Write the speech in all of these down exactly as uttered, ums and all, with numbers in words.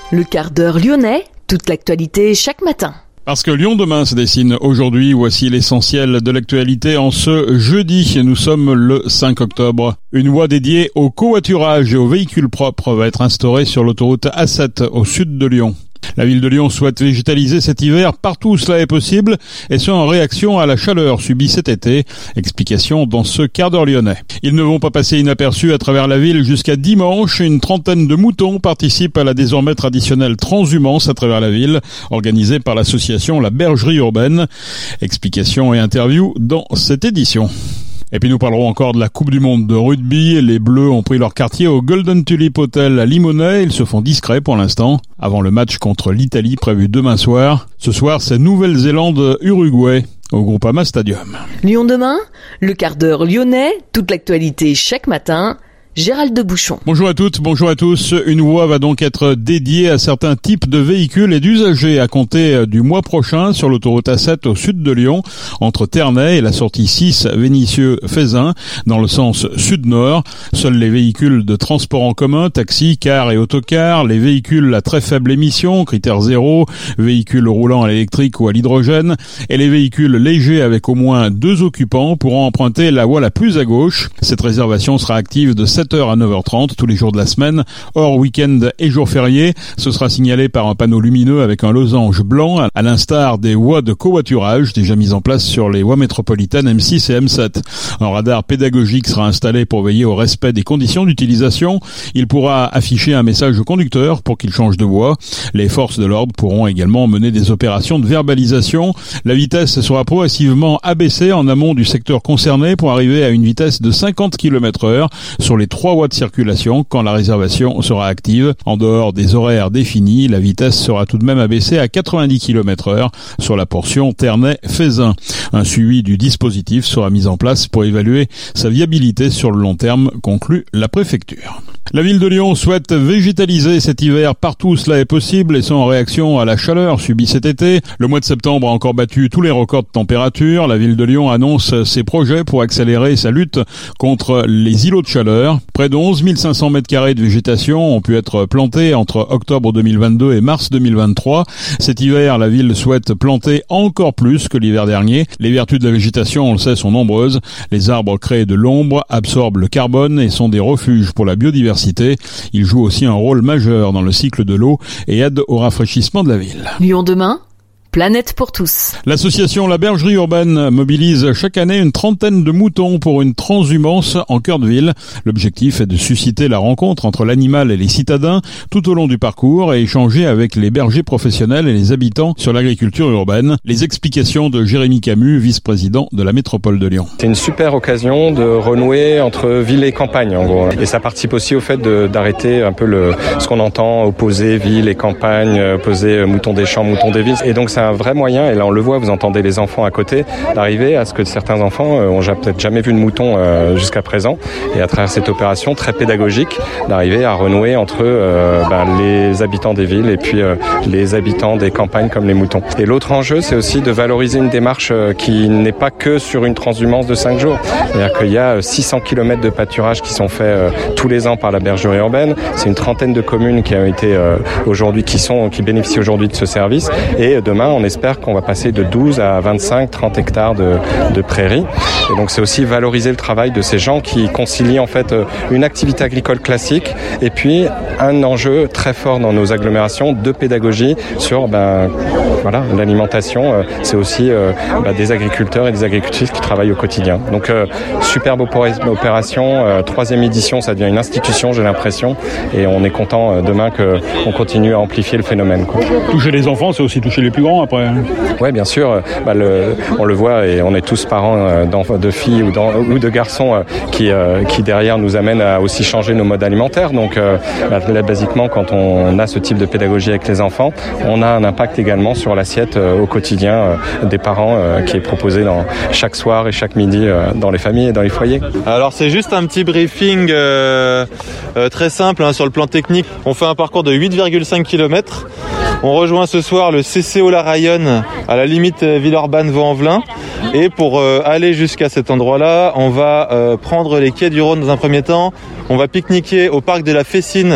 Le quart d'heure lyonnais, toute l'actualité chaque matin. Parce que Lyon demain se dessine aujourd'hui, voici l'essentiel de l'actualité en ce jeudi. Nous sommes le cinq octobre. Une voie dédiée au covoiturage et aux véhicules propres va être instaurée sur l'autoroute A sept au sud de Lyon. La ville de Lyon souhaite végétaliser cet hiver partout où cela est possible, et ce en réaction à la chaleur subie cet été. Explication dans ce quart d'heure lyonnais. Ils ne vont pas passer inaperçus à travers la ville jusqu'à dimanche. Une trentaine de moutons participent à la désormais traditionnelle transhumance à travers la ville, organisée par l'association La Bergerie Urbaine. Explication et interview dans cette édition. Et puis nous parlerons encore de la Coupe du Monde de rugby. Les Bleus ont pris leur quartier au Golden Tulip Hotel à Limonest. Ils se font discrets pour l'instant, avant le match contre l'Italie prévu demain soir. Ce soir, c'est Nouvelle-Zélande-Uruguay au Groupama Stadium. Lyon demain, le quart d'heure lyonnais, toute l'actualité chaque matin. Gérald de Bouchon. Bonjour à toutes, bonjour à tous. Une voie va donc être dédiée à certains types de véhicules et d'usagers à compter du mois prochain sur l'autoroute A sept au sud de Lyon, entre Ternay et la sortie six Vénissieux-Faisin, dans le sens sud-nord. Seuls les véhicules de transport en commun, taxis, cars et autocars, les véhicules à très faible émission, critère zéro, véhicules roulant à l'électrique ou à l'hydrogène, et les véhicules légers avec au moins deux occupants pourront emprunter la voie la plus à gauche. Cette réservation sera active de sept heures à neuf heures trente tous les jours de la semaine, hors week-end et jours fériés. Ce sera signalé par un panneau lumineux avec un losange blanc, à l'instar des voies de covoiturage déjà mises en place sur les voies métropolitaines M six et M sept. Un radar pédagogique sera installé pour veiller au respect des conditions d'utilisation. Il pourra afficher un message au conducteur pour qu'il change de voie. Les forces de l'ordre pourront également mener des opérations de verbalisation. La vitesse sera progressivement abaissée en amont du secteur concerné pour arriver à une vitesse de cinquante kilomètres heure sur les trois voies de circulation quand la réservation sera active. En dehors des horaires définis, la vitesse sera tout de même abaissée à quatre-vingt-dix kilomètres heure sur la portion Ternay-Faisin. Un suivi du dispositif sera mis en place pour évaluer sa viabilité sur le long terme, conclut la préfecture. La ville de Lyon souhaite végétaliser cet hiver partout où cela est possible et ce en réaction à la chaleur subie cet été. Le mois de septembre a encore battu tous les records de température. La ville de Lyon annonce ses projets pour accélérer sa lutte contre les îlots de chaleur. Près de onze mille cinq cents mètres carrés de végétation ont pu être plantés entre octobre deux mille vingt-deux et mars deux mille vingt-trois. Cet hiver, la ville souhaite planter encore plus que l'hiver dernier. Les vertus de la végétation, on le sait, sont nombreuses. Les arbres créent de l'ombre, absorbent le carbone et sont des refuges pour la biodiversité. Ils jouent aussi un rôle majeur dans le cycle de l'eau et aident au rafraîchissement de la ville. Lyon demain, planète pour tous. L'association La Bergerie Urbaine mobilise chaque année une trentaine de moutons pour une transhumance en cœur de ville. L'objectif est de susciter la rencontre entre l'animal et les citadins tout au long du parcours et échanger avec les bergers professionnels et les habitants sur l'agriculture urbaine. Les explications de Jérémy Camus, vice-président de la métropole de Lyon. C'est une super occasion de renouer entre ville et campagne en gros. Et ça participe aussi au fait de, d'arrêter un peu le, ce qu'on entend opposer ville et campagne, opposer moutons des champs, moutons des villes. Et donc c'est un vrai moyen, et là on le voit, vous entendez les enfants à côté, d'arriver à ce que certains enfants euh, ont peut-être jamais vu de mouton euh, jusqu'à présent, et à travers cette opération très pédagogique, d'arriver à renouer entre euh, ben, les habitants des villes et puis euh, les habitants des campagnes comme les moutons. Et l'autre enjeu, c'est aussi de valoriser une démarche euh, qui n'est pas que sur une transhumance de cinq jours. C'est-à-dire qu'il y a six cents kilomètres de pâturage qui sont faits euh, tous les ans par la bergerie urbaine. C'est une trentaine de communes qui ont été euh, aujourd'hui, qui sont, qui bénéficient aujourd'hui de ce service, et demain on espère qu'on va passer de douze à vingt-cinq, trente hectares de, de prairies. Et donc c'est aussi valoriser le travail de ces gens qui concilient en fait une activité agricole classique et puis un enjeu très fort dans nos agglomérations de pédagogie sur ben, voilà, l'alimentation. C'est aussi euh, ben, des agriculteurs et des agricultrices qui travaillent au quotidien. Donc euh, superbe opération, euh, troisième édition, ça devient une institution, j'ai l'impression, et on est content euh, demain qu'on continue à amplifier le phénomène, quoi. Toucher les enfants, c'est aussi toucher les plus grands après. Oui, bien sûr. Bah, le, on le voit et on est tous parents euh, de filles ou, ou de garçons euh, qui, euh, qui derrière nous amènent à aussi changer nos modes alimentaires. Donc euh, là, basiquement, quand on a ce type de pédagogie avec les enfants, on a un impact également sur l'assiette euh, au quotidien euh, des parents euh, qui est proposé dans, chaque soir et chaque midi euh, dans les familles et dans les foyers. Alors c'est juste un petit briefing euh, euh, très simple hein, sur le plan technique. On fait un parcours de huit virgule cinq kilomètres. On rejoint ce soir le C C O La Rayonne à la limite Villeurbanne-Vaux-en-Velin. Et pour euh, aller jusqu'à cet endroit-là, on va euh, prendre les quais du Rhône dans un premier temps. On va pique-niquer au parc de la Fessine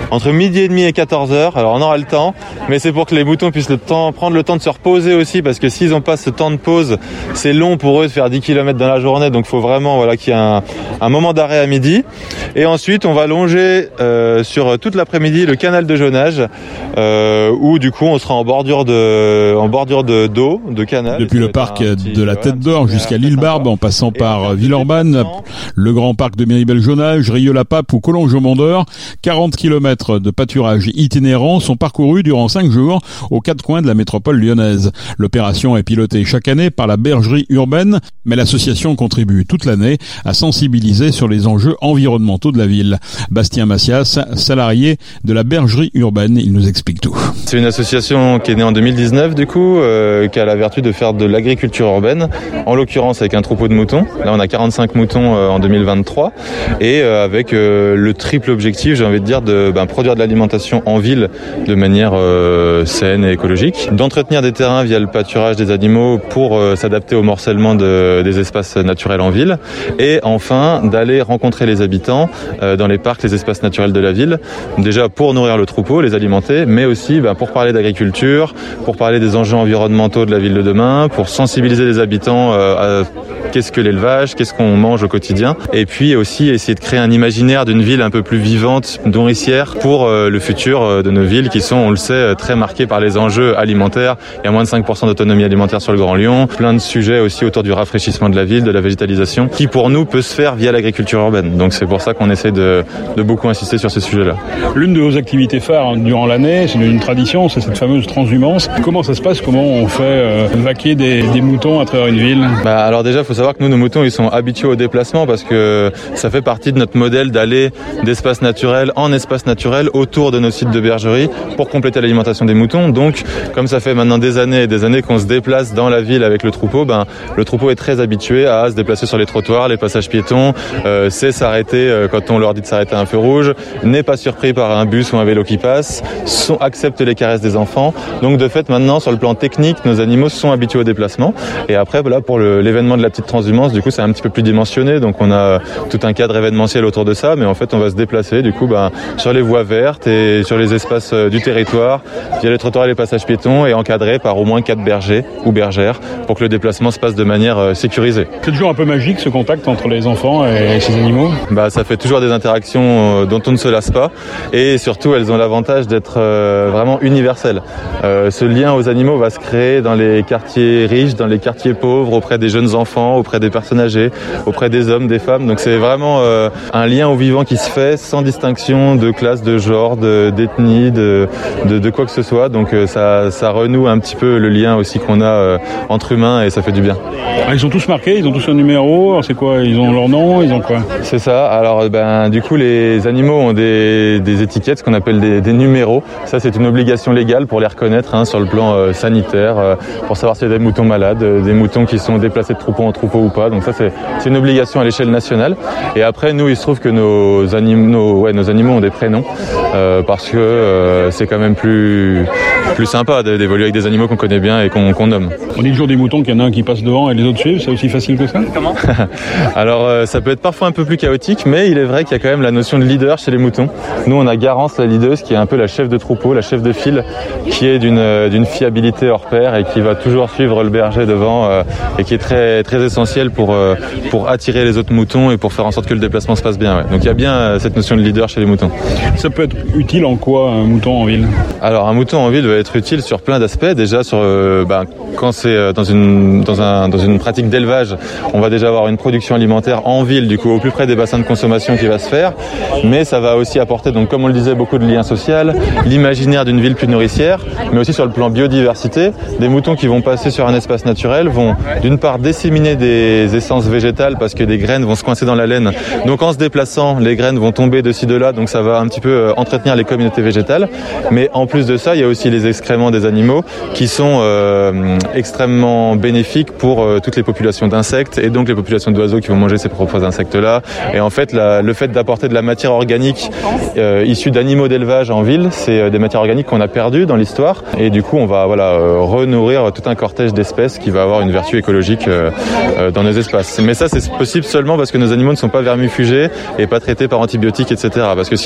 entre midi et demi et quatorze heures. Alors on aura le temps, mais c'est pour que les moutons puissent le temps, prendre le temps de se reposer aussi, parce que s'ils n'ont pas ce temps de pause, c'est long pour eux de faire dix kilomètres dans la journée, donc il faut vraiment voilà, qu'il y ait un, un moment d'arrêt à midi. Et ensuite, on va longer euh, sur toute l'après-midi le canal de Jonage, euh, où du coup on sera en bordure de, en bordure de d'eau, de canal. Depuis le parc petit, de la Tête voilà, d'Or jusqu'à l'île Barbe, en passant et par Villeurbanne, le grand parc de Miribel-Jonage, Rieux-la-Pape ou Collonges-au-Mont-d'Or, quarante kilomètres de pâturage itinérant sont parcourus durant cinq jours aux quatre coins de la métropole lyonnaise. L'opération est pilotée chaque année par la bergerie urbaine, mais l'association contribue toute l'année à sensibiliser sur les enjeux environnementaux de la ville. Bastien Massias, salarié de la bergerie urbaine, il nous explique tout. C'est une association qui est née en deux mille dix-neuf du coup, euh, qui a la vertu de faire de l'agriculture urbaine, en l'occurrence avec un troupeau de moutons. Là on a quarante-cinq moutons euh, en deux mille vingt-trois et euh, avec euh, le triple objectif, j'ai envie de dire, de ben, produire de l'alimentation en ville de manière euh, saine et écologique, d'entretenir des terrains via le pâturage des animaux pour euh, s'adapter au morcellement de, des espaces naturels en ville, et enfin d'aller rencontrer les habitants euh, dans les parcs, les espaces naturels de la ville, déjà pour nourrir le troupeau, les alimenter, mais aussi ben, pour parler d'agriculture, pour parler des enjeux environnementaux de la ville de demain, pour sensibiliser les habitants euh, à qu'est-ce que l'élevage, qu'est-ce qu'on mange au quotidien, et puis aussi essayer de créer un imaginaire d'une ville un peu plus vivante, nourricière, pour euh, le futur euh, de nos villes qui sont, on le sait, très marquées par les enjeux alimentaires. Il y a moins de cinq pour cent d'autonomie alimentaire sur le Grand Lyon, plein de sujets aussi autour du rafraîchissement de la ville, de la végétalisation, qui pour nous peut se faire via l'agriculture urbaine. Donc c'est pour ça qu'on essaie de, de beaucoup insister sur ces sujets-là. L'une de vos activités phares durant l'année, c'est une tradition, c'est cette fameuse transhumance. Comment ça se passe? Comment on fait euh, vaquer des, des moutons à travers une ville? Bah alors déjà, il faut savoir que nous, nos moutons, ils sont habitués au déplacement parce que ça fait partie de notre modèle d'aller d'espace naturel en espace naturel autour de nos sites de bergerie pour compléter l'alimentation des moutons. Donc, comme ça fait maintenant des années et des années qu'on se déplace dans la ville avec le troupeau, ben, le troupeau est très habitué à se déplacer sur les trottoirs, les passages piétons, euh, sait s'arrêter euh, quand on leur dit de s'arrêter à un feu rouge, n'est pas surpris par un bus ou un vélo qui passe, sont, accepte les caresses des enfants. Donc, de fait, maintenant, sur le plan technique, nos animaux sont habitués au déplacement. Et après, voilà, pour le, l'événement de la petite transhumance, du coup, c'est un petit peu plus dimensionné. Donc, on a tout un cadre événementiel autour de ça, mais en fait, on va se déplacer, du coup, ben, sur les voies vertes et sur les espaces euh, du territoire, via les trottoirs et les passages piétons, et encadré par au moins quatre bergers ou bergères pour que le déplacement se passe de manière euh, sécurisée. C'est toujours un peu magique, ce contact entre les enfants et ces animaux? Bah, ça fait toujours des interactions euh, dont on ne se lasse pas, et surtout, elles ont l'avantage d'être euh, vraiment universelles. Euh, ce lien aux animaux va se créer dans les quartiers riches, dans les quartiers pauvres, auprès des jeunes enfants, auprès des personnes âgées, auprès des hommes, des femmes. Donc c'est vraiment euh, un lien au vivant qui se fait sans distinction de classe, de genre, de, d'ethnie, de, de, de quoi que ce soit. Donc euh, ça, ça renoue un petit peu le lien aussi qu'on a euh, entre humains, et ça fait du bien. Ah, ils sont tous marqués, ils ont tous un numéro. Alors c'est quoi? Ils ont leur nom, ils ont quoi? C'est ça. Alors ben du coup les animaux ont des, des étiquettes, ce qu'on appelle des, des numéros. Ça c'est une obligation légale pour les reconnaître hein, sur le plan euh, sanitaire, euh, pour savoir s'il y a des moutons malades, euh, des moutons qui sont déplacés de troupeau en troupeau ou pas. Donc ça c'est, c'est une obligation à l'échelle nationale. Et après nous il se trouve que nos animaux, nos, ouais, nos animaux ont des prénoms euh, parce que euh, c'est quand même plus plus sympa d'évoluer avec des animaux qu'on connaît bien et qu'on, qu'on nomme. On dit toujours des moutons qu'il y en a un qui passe devant et les autres suivent. C'est aussi facile que ça? Comment? Alors euh, ça peut être parfois un peu plus chaotique, mais il est vrai qu'il y a quand même la notion de leader chez les moutons. Nous on a Garance, la leaduse, qui est un peu la chef de troupeau, la chef de file, qui est d'une d'une fiabilité hors pair et qui va toujours suivre le berger devant euh, et qui est très très essentielle pour euh, pour attirer les autres moutons et pour faire en sorte que le déplacement se passe bien. Ouais. Donc il y a bien euh, cette notion de leader chez les moutons. Ça peut être utile en quoi un mouton en ville? Alors un mouton en ville va être utile sur plein d'aspects. Déjà sur euh, ben, quand c'est dans une dans un dans une pratique d'élevage, on va déjà avoir une production alimentaire en ville, du coup au plus près des bassins de consommation qui va se faire. Mais ça va aussi apporter, donc comme on le disait, beaucoup de liens sociaux, l'imaginaire d'une ville plus nourricière, mais aussi sur le plan biodiversité. Des moutons qui vont passer sur un espace naturel vont d'une part disséminer des essences végétales parce que des graines vont se coincer dans la laine. Donc en se déplaçant, les graines vont tomber de ci de là, donc ça va un petit peu entretenir les communautés végétales. Mais en plus de ça, il y a aussi les excréments des animaux qui sont euh, extrêmement bénéfiques pour euh, toutes les populations d'insectes et donc les populations d'oiseaux qui vont manger ces propres insectes-là. Et en fait, la, le fait d'apporter de la matière organique euh, issue d'animaux d'élevage en ville, c'est euh, des matières organiques qu'on a perdues dans l'histoire. Et du coup, on va voilà euh, renourrir tout un cortège d'espèces qui va avoir une vertu écologique euh, euh, dans nos espaces. Mais ça, c'est possible seulement parce que nos animaux ne sont pas vermifugés et pas traités par antibiotiques, et cetera. Parce que sinon, ça peut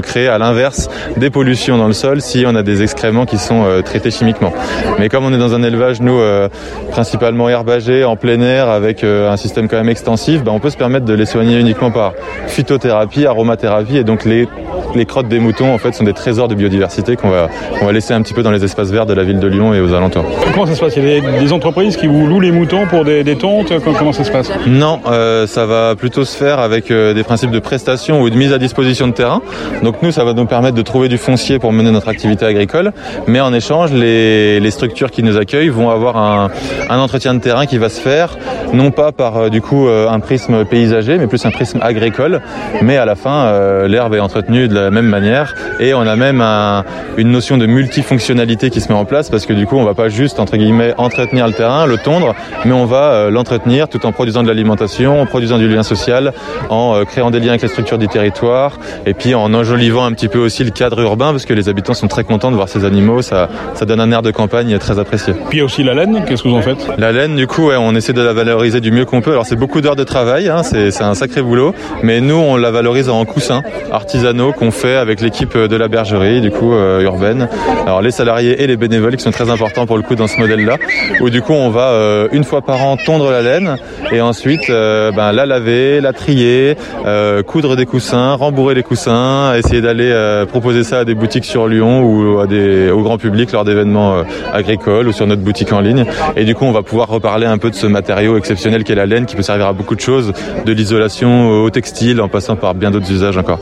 créer à l'inverse des pollutions dans le sol si on a des excréments qui sont euh, traités chimiquement. Mais comme on est dans un élevage, nous, euh, principalement herbagé, en plein air, avec euh, un système quand même extensif, bah, on peut se permettre de les soigner uniquement par phytothérapie, aromathérapie, et donc les Les crottes des moutons, en fait, sont des trésors de biodiversité qu'on va, qu'on va laisser un petit peu dans les espaces verts de la ville de Lyon et aux alentours. Comment ça se passe ? Il y a des, des entreprises qui vous louent les moutons pour des, des tontes ? Comment ça se passe ? Non, euh, ça va plutôt se faire avec euh, des principes de prestation ou de mise à disposition de terrain. Donc nous, ça va nous permettre de trouver du foncier pour mener notre activité agricole. Mais en échange, les, les structures qui nous accueillent vont avoir un, un entretien de terrain qui va se faire, non pas par euh, du coup euh, un prisme paysager, mais plus un prisme agricole. Mais à la fin, euh, l'herbe est entretenue de la même manière et on a même un, une notion de multifonctionnalité qui se met en place parce que du coup on va pas juste entre guillemets entretenir le terrain, le tondre, mais on va euh, l'entretenir tout en produisant de l'alimentation, en produisant du lien social, en euh, créant des liens avec les structures du territoire et puis en enjolivant un petit peu aussi le cadre urbain parce que les habitants sont très contents de voir ces animaux, ça, ça donne un air de campagne très apprécié. Puis il y a aussi la laine, qu'est-ce que vous en faites ? La laine du coup ouais, on essaie de la valoriser du mieux qu'on peut, alors c'est beaucoup d'heures de travail, hein, c'est, c'est un sacré boulot, mais nous on la valorise en coussins artisanaux qu'on fait avec l'équipe de la bergerie du coup euh, urbaine. Alors les salariés et les bénévoles qui sont très importants pour le coup dans ce modèle-là, où du coup on va euh, une fois par an tondre la laine et ensuite euh, ben, la laver, la trier, euh, coudre des coussins, rembourrer les coussins, essayer d'aller euh, proposer ça à des boutiques sur Lyon ou à des, au grand public lors d'événements euh, agricoles ou sur notre boutique en ligne. Et du coup on va pouvoir reparler un peu de ce matériau exceptionnel qu'est la laine qui peut servir à beaucoup de choses, de l'isolation au textile en passant par bien d'autres usages encore.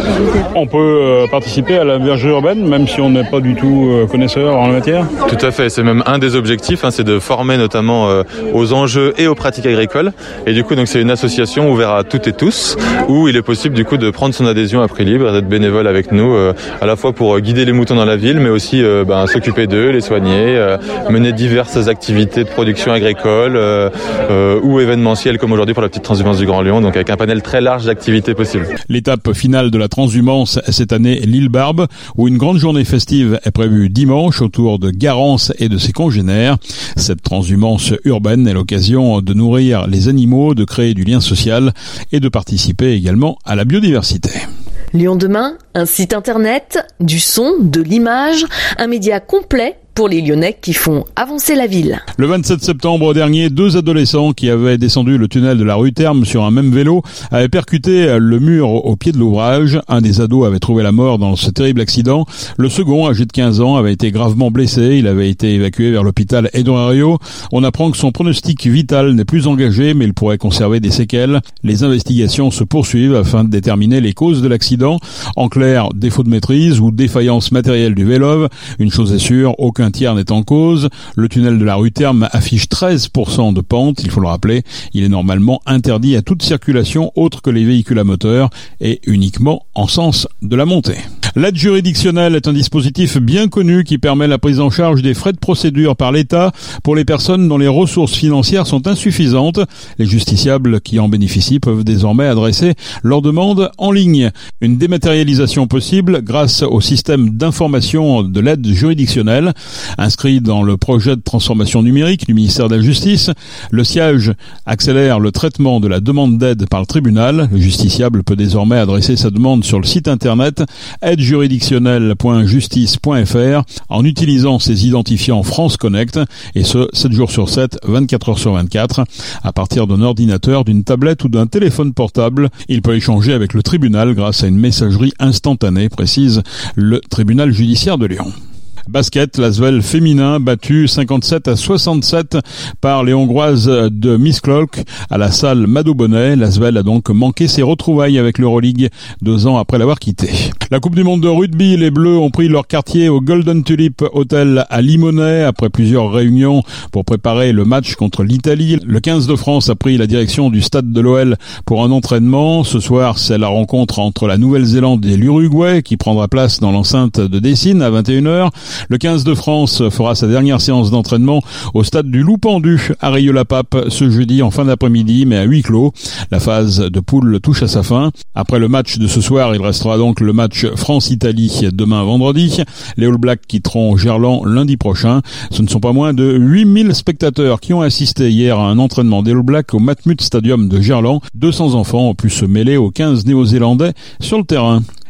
On peut euh, participer à la bergerie urbaine, même si on n'est pas du tout euh, connaisseur en la matière ? Tout à fait, c'est même un des objectifs, hein, c'est de former notamment euh, aux enjeux et aux pratiques agricoles. Et du coup, donc c'est une association ouverte à toutes et tous, où il est possible du coup de prendre son adhésion à prix libre et d'être bénévole avec nous, euh, à la fois pour guider les moutons dans la ville, mais aussi euh, ben, s'occuper d'eux, les soigner, euh, mener diverses activités de production agricole euh, euh, ou événementielles, comme aujourd'hui pour la petite transhumance du Grand Lyon, donc avec un panel très large d'activités possibles. L'étape finale de la transhumance cette année, l'île Barbe, où une grande journée festive est prévue dimanche autour de Garance et de ses congénères. Cette transhumance urbaine est l'occasion de nourrir les animaux, de créer du lien social et de participer également à la biodiversité. Lyon demain, un site internet, du son, de l'image, un média complet pour les Lyonnais qui font avancer la ville. Le vingt-sept septembre dernier, deux adolescents qui avaient descendu le tunnel de la rue Terme sur un même vélo avaient percuté le mur au pied de l'ouvrage. Un des ados avait trouvé la mort dans ce terrible accident. Le second, âgé de quinze ans, avait été gravement blessé. Il avait été évacué vers l'hôpital Édouard Herriot. On apprend que son pronostic vital n'est plus engagé, mais il pourrait conserver des séquelles. Les investigations se poursuivent afin de déterminer les causes de l'accident. En clair, défaut de maîtrise ou défaillance matérielle du vélo. Une chose est sûre, aucun tiers n'est en cause. Le tunnel de la rue Terme affiche treize pour cent de pente, il faut le rappeler. Il est normalement interdit à toute circulation autre que les véhicules à moteur et uniquement en sens de la montée. L'aide juridictionnelle est un dispositif bien connu qui permet la prise en charge des frais de procédure par l'État pour les personnes dont les ressources financières sont insuffisantes. Les justiciables qui en bénéficient peuvent désormais adresser leurs demandes en ligne. Une dématérialisation possible grâce au système d'information de l'aide juridictionnelle. Inscrit dans le projet de transformation numérique du ministère de la Justice, le siège accélère le traitement de la demande d'aide par le tribunal. Le justiciable peut désormais adresser sa demande sur le site internet aide juridictionnelle point justice point f r en utilisant ses identifiants France Connect, et ce, sept jours sur sept, vingt-quatre heures sur vingt-quatre. À partir d'un ordinateur, d'une tablette ou d'un téléphone portable, il peut échanger avec le tribunal grâce à une messagerie instantanée, précise le tribunal judiciaire de Lyon. Basket, l'Asvel féminin battu cinquante-sept à soixante-sept par les Hongroises de Miskolc à la salle Mado Bonnet. L'Asvel a donc manqué ses retrouvailles avec l'Euroleague deux ans après l'avoir quitté. La Coupe du Monde de rugby, les Bleus ont pris leur quartier au Golden Tulip Hotel à Limonest après plusieurs réunions pour préparer le match contre l'Italie. Le quinze de France a pris la direction du stade de l'O L pour un entraînement. Ce soir, c'est la rencontre entre la Nouvelle-Zélande et l'Uruguay qui prendra place dans l'enceinte de Dessine à vingt et une heures. Le quinze de France fera sa dernière séance d'entraînement au stade du Loup Pendu à Rieux-la-Pape ce jeudi en fin d'après-midi, mais à huis clos. La phase de poule touche à sa fin. Après le match de ce soir, il restera donc le match France-Italie demain vendredi. Les All Blacks quitteront Gerland lundi prochain. Ce ne sont pas moins de huit mille spectateurs qui ont assisté hier à un entraînement des All Blacks au Matmut Stadium de Gerland. deux cents enfants ont pu se mêler aux quinze Néo-Zélandais sur le terrain.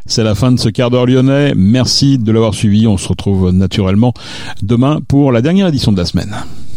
C'est la fin de ce quart d'heure lyonnais. Merci de l'avoir suivi. On se retrouve naturellement demain pour la dernière édition de la semaine.